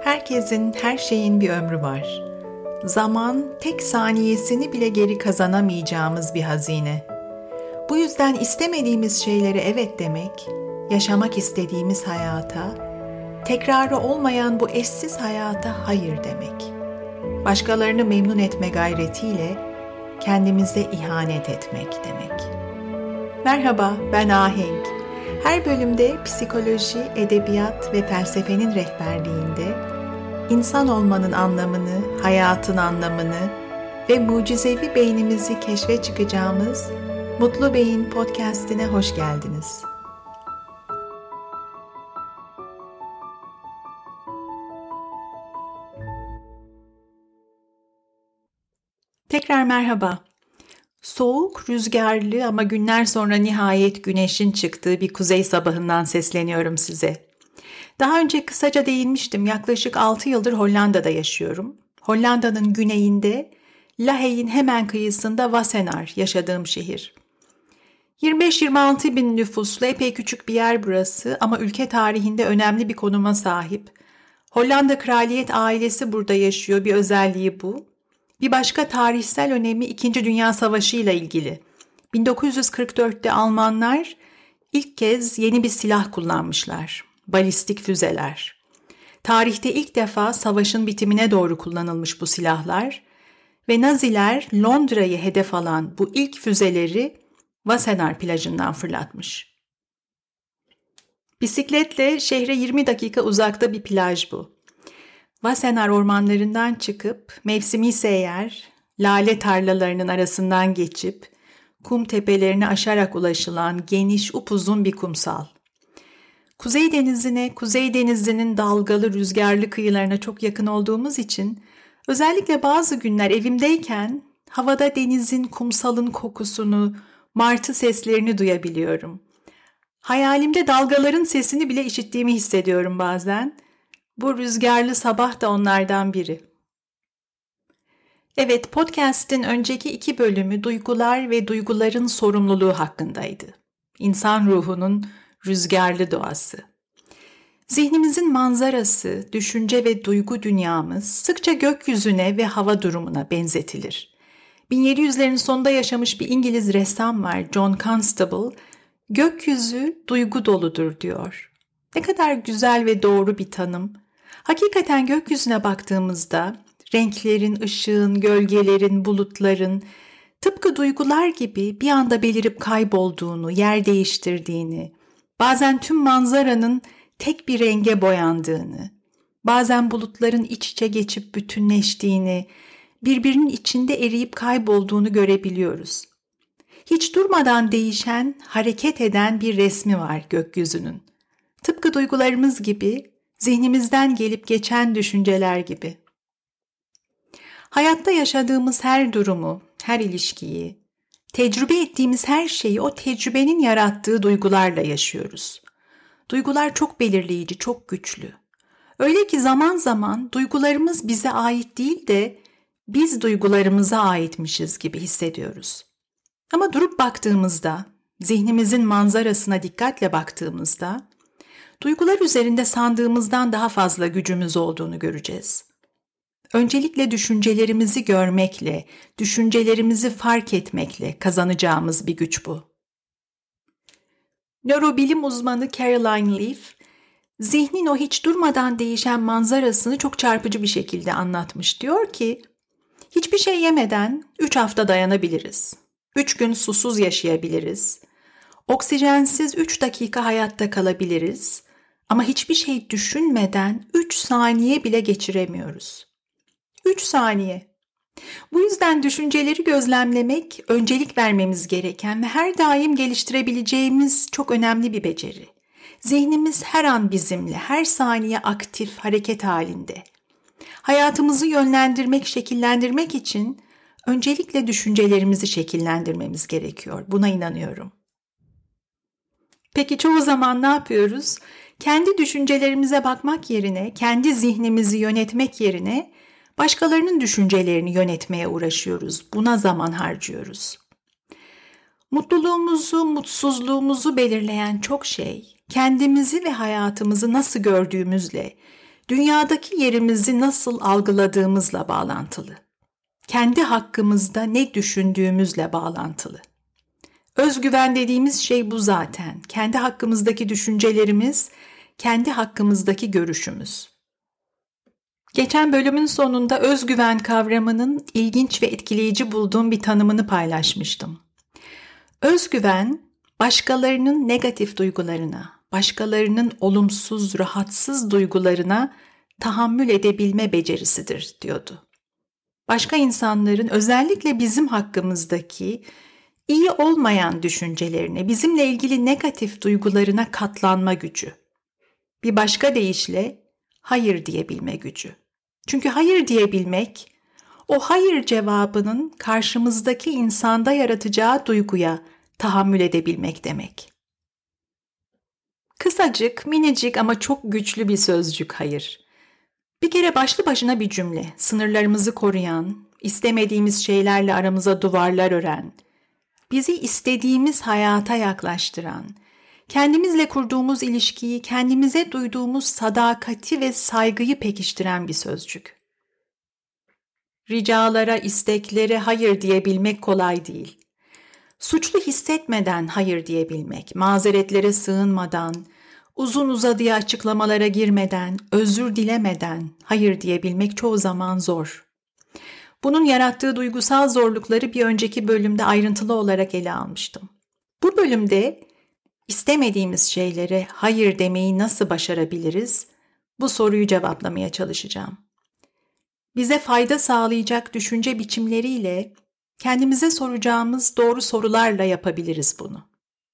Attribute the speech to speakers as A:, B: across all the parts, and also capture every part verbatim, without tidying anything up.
A: Herkesin, her şeyin bir ömrü var. Zaman, tek saniyesini bile geri kazanamayacağımız bir hazine. Bu yüzden istemediğimiz şeylere evet demek, yaşamak istediğimiz hayata, tekrarı olmayan bu eşsiz hayata hayır demek. Başkalarını memnun etme gayretiyle kendimize ihanet etmek demek. Merhaba, ben Ahenk. Her bölümde psikoloji, edebiyat ve felsefenin rehberliğinde insan olmanın anlamını, hayatın anlamını ve mucizevi beynimizi keşfe çıkacağımız Mutlu Beyin Podcast'ine hoş geldiniz. Tekrar merhaba. Soğuk, rüzgarlı ama günler sonra nihayet güneşin çıktığı bir kuzey sabahından sesleniyorum size. Daha önce kısaca değinmiştim. Yaklaşık altı yıldır Hollanda'da yaşıyorum. Hollanda'nın güneyinde, Lahey'in hemen kıyısında Wassenaar yaşadığım şehir. yirmi beş yirmi altı bin nüfuslu epey küçük bir yer burası ama ülke tarihinde önemli bir konuma sahip. Hollanda kraliyet ailesi burada yaşıyor, bir özelliği bu. Bir başka tarihsel önemi İkinci Dünya Savaşı ile ilgili. bin dokuz yüz kırk dörtte Almanlar ilk kez yeni bir silah kullanmışlar. Balistik füzeler. Tarihte ilk defa savaşın bitimine doğru kullanılmış bu silahlar ve Naziler Londra'yı hedef alan bu ilk füzeleri Wassenaar plajından fırlatmış. Bisikletle şehre yirmi dakika uzakta bir plaj bu. Wassenaar ormanlarından çıkıp mevsimi ise eğer lale tarlalarının arasından geçip kum tepelerini aşarak ulaşılan geniş upuzun bir kumsal. Kuzey Denizi'ne, Kuzey Denizi'nin dalgalı rüzgarlı kıyılarına çok yakın olduğumuz için özellikle bazı günler evimdeyken havada denizin, kumsalın kokusunu, martı seslerini duyabiliyorum. Hayalimde dalgaların sesini bile işittiğimi hissediyorum bazen. Bu rüzgarlı sabah da onlardan biri. Evet, podcast'in önceki iki bölümü duygular ve duyguların sorumluluğu hakkındaydı. İnsan ruhunun rüzgarlı doğası. Zihnimizin manzarası, düşünce ve duygu dünyamız sıkça gökyüzüne ve hava durumuna benzetilir. bin yedi yüzlerin sonunda yaşamış bir İngiliz ressam var, John Constable, gökyüzü duygu doludur diyor. Ne kadar güzel ve doğru bir tanım. Hakikaten gökyüzüne baktığımızda renklerin, ışığın, gölgelerin, bulutların tıpkı duygular gibi bir anda belirip kaybolduğunu, yer değiştirdiğini, bazen tüm manzaranın tek bir renge boyandığını, bazen bulutların iç içe geçip bütünleştiğini, birbirinin içinde eriyip kaybolduğunu görebiliyoruz. Hiç durmadan değişen, hareket eden bir resmi var gökyüzünün. Tıpkı duygularımız gibi, zihnimizden gelip geçen düşünceler gibi. Hayatta yaşadığımız her durumu, her ilişkiyi, tecrübe ettiğimiz her şeyi o tecrübenin yarattığı duygularla yaşıyoruz. Duygular çok belirleyici, çok güçlü. Öyle ki zaman zaman duygularımız bize ait değil de biz duygularımıza aitmişiz gibi hissediyoruz. Ama durup baktığımızda, zihnimizin manzarasına dikkatle baktığımızda, duygular üzerinde sandığımızdan daha fazla gücümüz olduğunu göreceğiz. Öncelikle düşüncelerimizi görmekle, düşüncelerimizi fark etmekle kazanacağımız bir güç bu. Nörobilim uzmanı Caroline Leaf, zihnin o hiç durmadan değişen manzarasını çok çarpıcı bir şekilde anlatmış. Diyor ki, hiçbir şey yemeden üç hafta dayanabiliriz. üç gün susuz yaşayabiliriz. Oksijensiz üç dakika hayatta kalabiliriz. Ama hiçbir şey düşünmeden üç saniye bile geçiremiyoruz. üç saniye. Bu yüzden düşünceleri gözlemlemek, öncelik vermemiz gereken ve her daim geliştirebileceğimiz çok önemli bir beceri. Zihnimiz her an bizimle, her saniye aktif, hareket halinde. Hayatımızı yönlendirmek, şekillendirmek için öncelikle düşüncelerimizi şekillendirmemiz gerekiyor. Buna inanıyorum. Peki çoğu zaman ne yapıyoruz? Kendi düşüncelerimize bakmak yerine, kendi zihnimizi yönetmek yerine başkalarının düşüncelerini yönetmeye uğraşıyoruz. Buna zaman harcıyoruz. Mutluluğumuzu, mutsuzluğumuzu belirleyen çok şey, kendimizi ve hayatımızı nasıl gördüğümüzle, dünyadaki yerimizi nasıl algıladığımızla bağlantılı. Kendi hakkımızda ne düşündüğümüzle bağlantılı. Özgüven dediğimiz şey bu zaten. Kendi hakkımızdaki düşüncelerimiz, kendi hakkımızdaki görüşümüz. Geçen bölümün sonunda özgüven kavramının ilginç ve etkileyici bulduğum bir tanımını paylaşmıştım. Özgüven, başkalarının negatif duygularına, başkalarının olumsuz, rahatsız duygularına tahammül edebilme becerisidir diyordu. Başka insanların özellikle bizim hakkımızdaki iyi olmayan düşüncelerine, bizimle ilgili negatif duygularına katlanma gücü. Bir başka deyişle hayır diyebilme gücü. Çünkü hayır diyebilmek, o hayır cevabının karşımızdaki insanda yaratacağı duyguya tahammül edebilmek demek. Kısacık, minicik ama çok güçlü bir sözcük hayır. Bir kere başlı başına bir cümle, sınırlarımızı koruyan, istemediğimiz şeylerle aramıza duvarlar ören, bizi istediğimiz hayata yaklaştıran, kendimizle kurduğumuz ilişkiyi, kendimize duyduğumuz sadakati ve saygıyı pekiştiren bir sözcük. Ricalara, isteklere hayır diyebilmek kolay değil. Suçlu hissetmeden hayır diyebilmek, mazeretlere sığınmadan, uzun uzadıya açıklamalara girmeden, özür dilemeden hayır diyebilmek çoğu zaman zor. Bunun yarattığı duygusal zorlukları bir önceki bölümde ayrıntılı olarak ele almıştım. Bu bölümde istemediğimiz şeylere hayır demeyi nasıl başarabiliriz? Bu soruyu cevaplamaya çalışacağım. Bize fayda sağlayacak düşünce biçimleriyle, kendimize soracağımız doğru sorularla yapabiliriz bunu.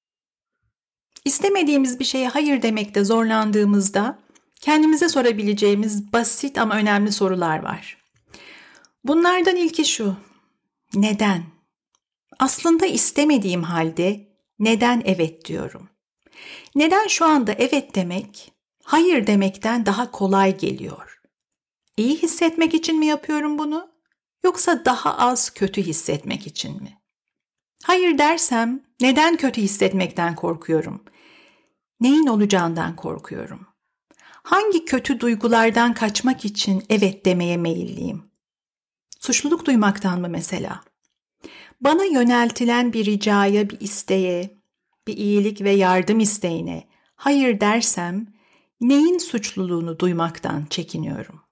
A: İstemediğimiz bir şeye hayır demekte zorlandığımızda kendimize sorabileceğimiz basit ama önemli sorular var. Bunlardan ilki şu: neden? Aslında istemediğim halde neden evet diyorum? Neden şu anda evet demek, hayır demekten daha kolay geliyor? İyi hissetmek için mi yapıyorum bunu? Yoksa daha az kötü hissetmek için mi? Hayır dersem neden kötü hissetmekten korkuyorum? Neyin olacağından korkuyorum? Hangi kötü duygulardan kaçmak için evet demeye meyilliyim? Suçluluk duymaktan mı mesela? Bana yöneltilen bir ricaya, bir isteğe, bir iyilik ve yardım isteğine hayır dersem neyin suçluluğunu duymaktan çekiniyorum?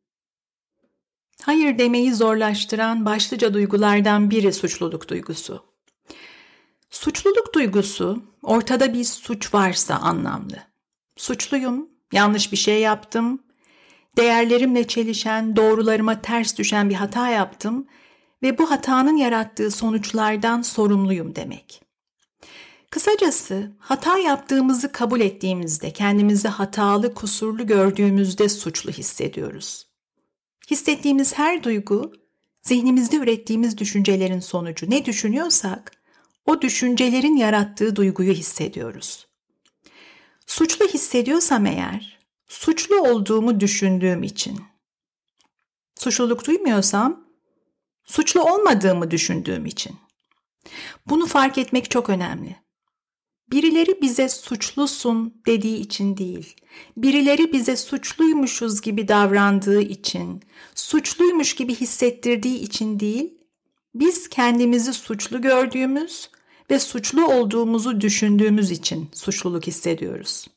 A: Hayır demeyi zorlaştıran başlıca duygulardan biri suçluluk duygusu. Suçluluk duygusu ortada bir suç varsa anlamlı. Suçluyum, yanlış bir şey yaptım, değerlerimle çelişen, doğrularıma ters düşen bir hata yaptım ve bu hatanın yarattığı sonuçlardan sorumluyum demek. Kısacası hata yaptığımızı kabul ettiğimizde, kendimizi hatalı, kusurlu gördüğümüzde suçlu hissediyoruz. Hissettiğimiz her duygu, zihnimizde ürettiğimiz düşüncelerin sonucu. Ne düşünüyorsak, o düşüncelerin yarattığı duyguyu hissediyoruz. Suçlu hissediyorsam eğer, suçlu olduğumu düşündüğüm için. Suçluluk duymuyorsam, suçlu olmadığımı düşündüğüm için. Bunu fark etmek çok önemli. Birileri bize suçlusun dediği için değil, birileri bize suçluymuşuz gibi davrandığı için, suçluymuş gibi hissettirdiği için değil, biz kendimizi suçlu gördüğümüz ve suçlu olduğumuzu düşündüğümüz için suçluluk hissediyoruz.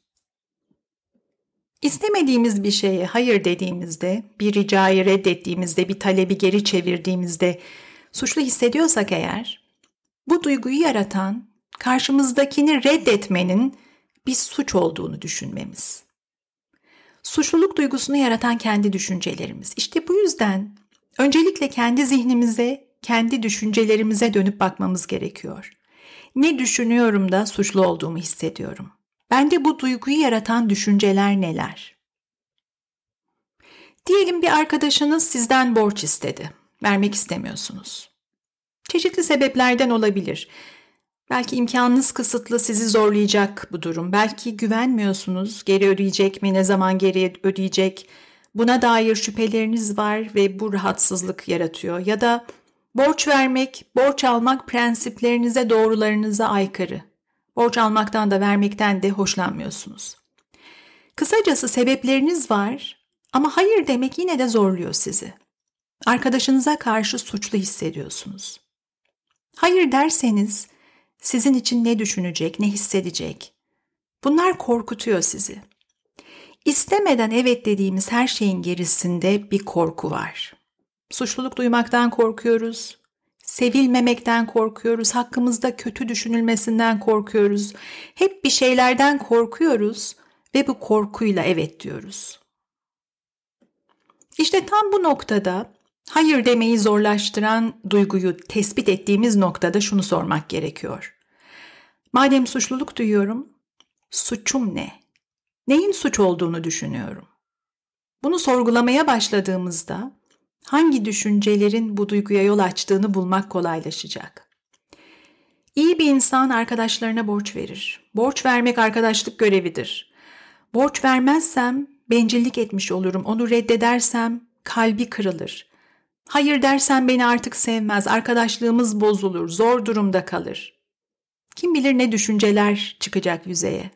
A: İstemediğimiz bir şeye hayır dediğimizde, bir ricayı reddettiğimizde, bir talebi geri çevirdiğimizde suçlu hissediyorsak eğer, bu duyguyu yaratan karşımızdakini reddetmenin bir suç olduğunu düşünmemiz. Suçluluk duygusunu yaratan kendi düşüncelerimiz. İşte bu yüzden öncelikle kendi zihnimize, kendi düşüncelerimize dönüp bakmamız gerekiyor. Ne düşünüyorum da suçlu olduğumu hissediyorum? Bende bu duyguyu yaratan düşünceler neler? Diyelim bir arkadaşınız sizden borç istedi. Vermek istemiyorsunuz. Çeşitli sebeplerden olabilir. Belki imkanınız kısıtlı, sizi zorlayacak bu durum. Belki güvenmiyorsunuz, geri ödeyecek mi, ne zaman geri ödeyecek? Buna dair şüpheleriniz var ve bu rahatsızlık yaratıyor. Ya da borç vermek, borç almak prensiplerinize, doğrularınıza aykırı. Borç almaktan da vermekten de hoşlanmıyorsunuz. Kısacası sebepleriniz var Ama hayır demek yine de zorluyor sizi. Arkadaşınıza karşı suçlu hissediyorsunuz. Hayır derseniz sizin için ne düşünecek, ne hissedecek? Bunlar korkutuyor sizi. İstemeden evet dediğimiz her şeyin gerisinde bir korku var. Suçluluk duymaktan korkuyoruz, sevilmemekten korkuyoruz, hakkımızda kötü düşünülmesinden korkuyoruz. Hep bir şeylerden korkuyoruz ve bu korkuyla evet diyoruz. İşte tam bu noktada hayır demeyi zorlaştıran duyguyu tespit ettiğimiz noktada şunu sormak gerekiyor. Madem suçluluk duyuyorum, suçum ne? Neyin suç olduğunu düşünüyorum. Bunu sorgulamaya başladığımızda hangi düşüncelerin bu duyguya yol açtığını bulmak kolaylaşacak. İyi bir insan arkadaşlarına borç verir. Borç vermek arkadaşlık görevidir. Borç vermezsem bencillik etmiş olurum. Onu reddedersem kalbi kırılır. Hayır dersem beni artık sevmez. Arkadaşlığımız bozulur. Zor durumda kalır. Kim bilir ne düşünceler çıkacak yüzeye.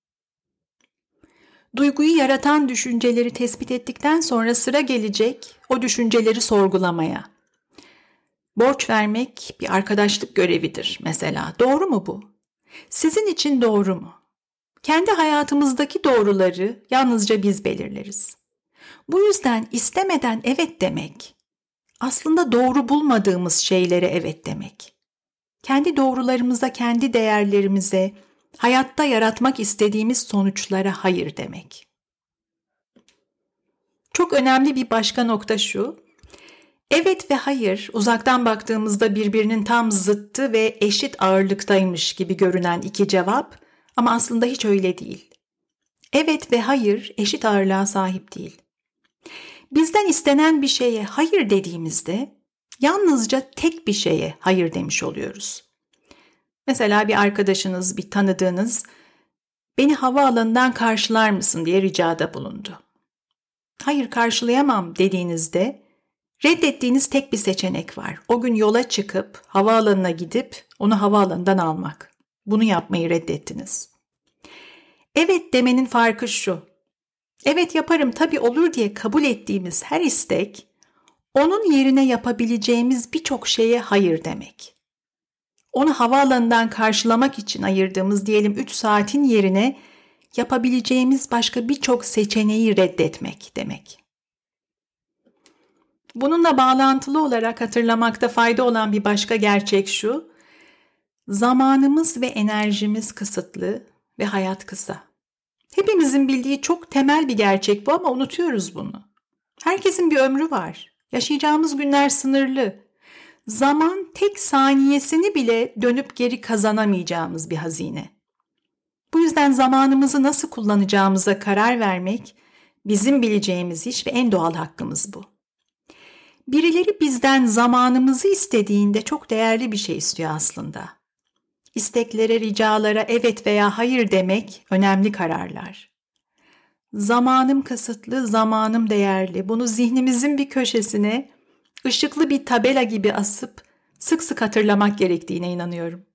A: Duyguyu yaratan düşünceleri tespit ettikten sonra sıra gelecek o düşünceleri sorgulamaya. Borç vermek bir arkadaşlık görevidir mesela. Doğru mu bu? Sizin için doğru mu? Kendi hayatımızdaki doğruları yalnızca biz belirleriz. Bu yüzden istemeden evet demek, aslında doğru bulmadığımız şeylere evet demek. Kendi doğrularımıza, kendi değerlerimize, hayatta yaratmak istediğimiz sonuçlara hayır demek. Çok önemli bir başka nokta şu, evet ve hayır uzaktan baktığımızda birbirinin tam zıttı ve eşit ağırlıktaymış gibi görünen iki cevap ama aslında hiç öyle değil. Evet ve hayır eşit ağırlığa sahip değil. Bizden istenen bir şeye hayır dediğimizde yalnızca tek bir şeye hayır demiş oluyoruz. Mesela bir arkadaşınız, bir tanıdığınız beni havaalanından karşılar mısın diye ricada bulundu. Hayır karşılayamam dediğinizde reddettiğiniz tek bir seçenek var. O gün yola çıkıp havaalanına gidip onu havaalanından almak. Bunu yapmayı reddettiniz. Evet demenin farkı şu. Evet yaparım tabii olur diye kabul ettiğimiz her istek onun yerine yapabileceğimiz birçok şeye hayır demek. Onu havaalanından karşılamak için ayırdığımız diyelim üç saatin yerine yapabileceğimiz başka birçok seçeneği reddetmek demek. Bununla bağlantılı olarak hatırlamakta fayda olan bir başka gerçek şu, zamanımız ve enerjimiz kısıtlı ve hayat kısa. Hepimizin bildiği çok temel bir gerçek bu ama unutuyoruz bunu. Herkesin bir ömrü var. Yaşayacağımız günler sınırlı. Zaman tek saniyesini bile dönüp geri kazanamayacağımız bir hazine. Bu yüzden zamanımızı nasıl kullanacağımıza karar vermek bizim bileceğimiz iş ve en doğal hakkımız bu. Birileri bizden zamanımızı istediğinde çok değerli bir şey istiyor aslında. İsteklere, ricalara evet veya hayır demek önemli kararlar. Zamanım kısıtlı, zamanım değerli. Bunu zihnimizin bir köşesine ışıklı bir tabela gibi asıp sık sık hatırlamak gerektiğine inanıyorum.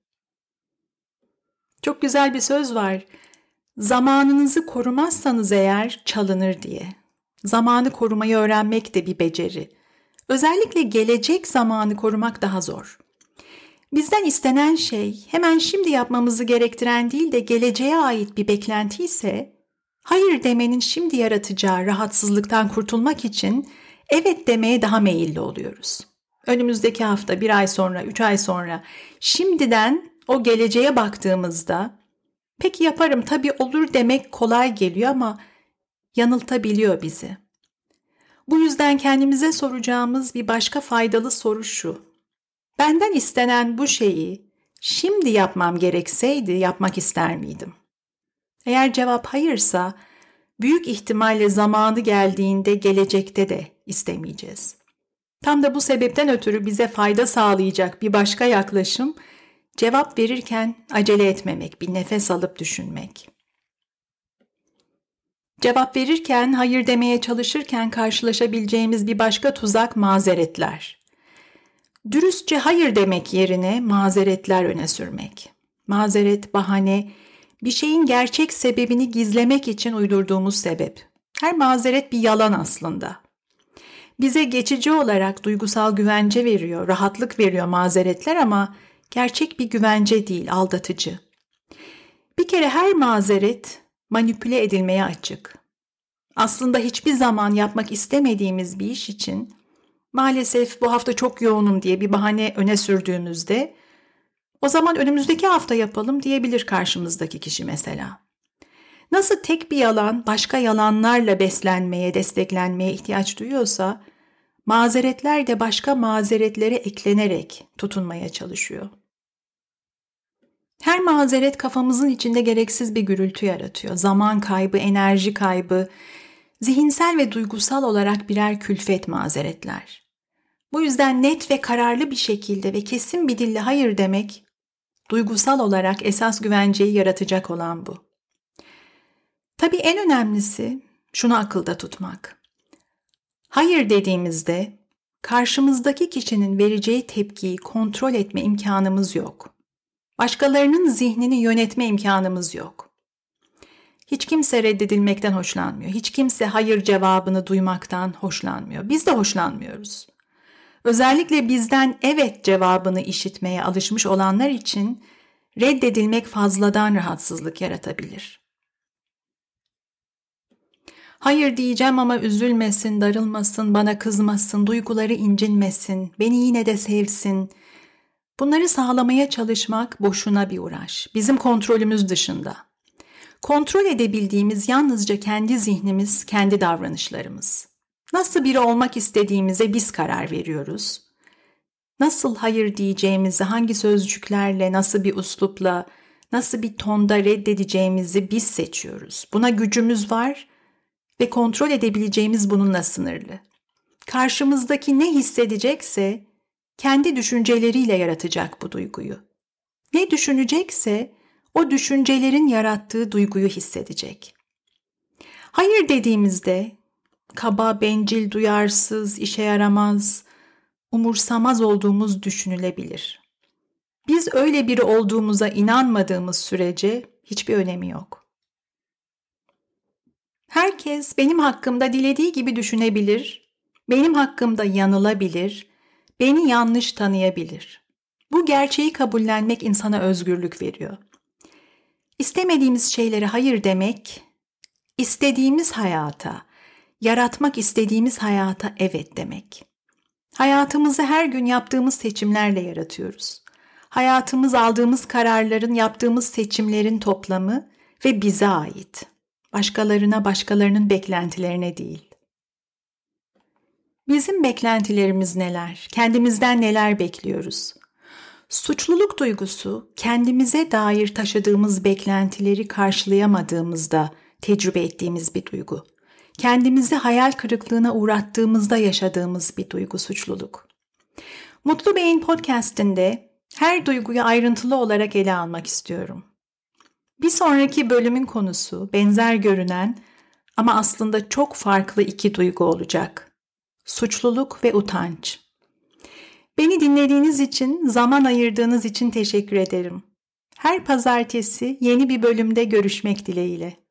A: Çok güzel bir söz var. Zamanınızı korumazsanız eğer çalınır diye. Zamanı korumayı öğrenmek de bir beceri. Özellikle gelecek zamanı korumak daha zor. Bizden istenen şey hemen şimdi yapmamızı gerektiren değil de geleceğe ait bir beklenti ise hayır demenin şimdi yaratacağı rahatsızlıktan kurtulmak için evet demeye daha meyilli oluyoruz. Önümüzdeki hafta, bir ay sonra, üç ay sonra şimdiden o geleceğe baktığımızda peki yaparım tabii olur demek kolay geliyor ama yanıltabiliyor bizi. Bu yüzden kendimize soracağımız bir başka faydalı soru şu. Benden istenen bu şeyi şimdi yapmam gerekseydi yapmak ister miydim? Eğer cevap hayırsa büyük ihtimalle zamanı geldiğinde gelecekte de istemeyeceğiz. Tam da bu sebepten ötürü bize fayda sağlayacak bir başka yaklaşım cevap verirken acele etmemek, bir nefes alıp düşünmek. Cevap verirken, hayır demeye çalışırken karşılaşabileceğimiz bir başka tuzak mazeretler. Dürüstçe hayır demek yerine mazeretler öne sürmek. Mazeret, bahane, bir şeyin gerçek sebebini gizlemek için uydurduğumuz sebep. Her mazeret bir yalan aslında. Bize geçici olarak duygusal güvence veriyor, rahatlık veriyor mazeretler ama gerçek bir güvence değil, aldatıcı. Bir kere her mazeret manipüle edilmeye açık. Aslında hiçbir zaman yapmak istemediğimiz bir iş için maalesef bu hafta çok yoğunum diye bir bahane öne sürdüğümüzde o zaman önümüzdeki hafta yapalım diyebilir karşımızdaki kişi mesela. Nasıl tek bir yalan başka yalanlarla beslenmeye, desteklenmeye ihtiyaç duyuyorsa mazeretler de başka mazeretlere eklenerek tutunmaya çalışıyor. Her mazeret kafamızın içinde gereksiz bir gürültü yaratıyor. Zaman kaybı, enerji kaybı, zihinsel ve duygusal olarak birer külfet mazeretler. Bu yüzden net ve kararlı bir şekilde ve kesin bir dille hayır demek, duygusal olarak esas güvenceyi yaratacak olan bu. Tabii en önemlisi şunu akılda tutmak. Hayır dediğimizde karşımızdaki kişinin vereceği tepkiyi kontrol etme imkanımız yok. Başkalarının zihnini yönetme imkanımız yok. Hiç kimse reddedilmekten hoşlanmıyor. Hiç kimse hayır cevabını duymaktan hoşlanmıyor. Biz de hoşlanmıyoruz. Özellikle bizden evet cevabını işitmeye alışmış olanlar için reddedilmek fazladan rahatsızlık yaratabilir. Hayır diyeceğim ama üzülmesin, darılmasın, bana kızmasın, duyguları incinmesin, beni yine de sevsin. Bunları sağlamaya çalışmak boşuna bir uğraş. Bizim kontrolümüz dışında. Kontrol edebildiğimiz yalnızca kendi zihnimiz, kendi davranışlarımız. Nasıl biri olmak istediğimize biz karar veriyoruz. Nasıl hayır diyeceğimizi, hangi sözcüklerle, nasıl bir üslupla, nasıl bir tonda reddedeceğimizi biz seçiyoruz. Buna gücümüz var ve kontrol edebileceğimiz bununla sınırlı. Karşımızdaki ne hissedecekse kendi düşünceleriyle yaratacak bu duyguyu. Ne düşünecekse o düşüncelerin yarattığı duyguyu hissedecek. Hayır dediğimizde kaba, bencil, duyarsız, işe yaramaz, umursamaz olduğumuz düşünülebilir. Biz öyle biri olduğumuza inanmadığımız sürece hiçbir önemi yok. Herkes benim hakkımda dilediği gibi düşünebilir, benim hakkımda yanılabilir, beni yanlış tanıyabilir. Bu gerçeği kabullenmek insana özgürlük veriyor. İstemediğimiz şeylere hayır demek, istediğimiz hayata, yaratmak istediğimiz hayata evet demek. Hayatımızı her gün yaptığımız seçimlerle yaratıyoruz. Hayatımız aldığımız kararların, yaptığımız seçimlerin toplamı ve bize ait. Başkalarına, başkalarının beklentilerine değil. Bizim beklentilerimiz neler? Kendimizden neler bekliyoruz? Suçluluk duygusu, kendimize dair taşıdığımız beklentileri karşılayamadığımızda tecrübe ettiğimiz bir duygu. Kendimizi hayal kırıklığına uğrattığımızda yaşadığımız bir duygu suçluluk. Mutlu Beyin podcast'inde her duyguyu ayrıntılı olarak ele almak istiyorum. Bir sonraki bölümün konusu benzer görünen ama aslında çok farklı iki duygu olacak. Suçluluk ve utanç. Beni dinlediğiniz için, zaman ayırdığınız için teşekkür ederim. Her pazartesi yeni bir bölümde görüşmek dileğiyle.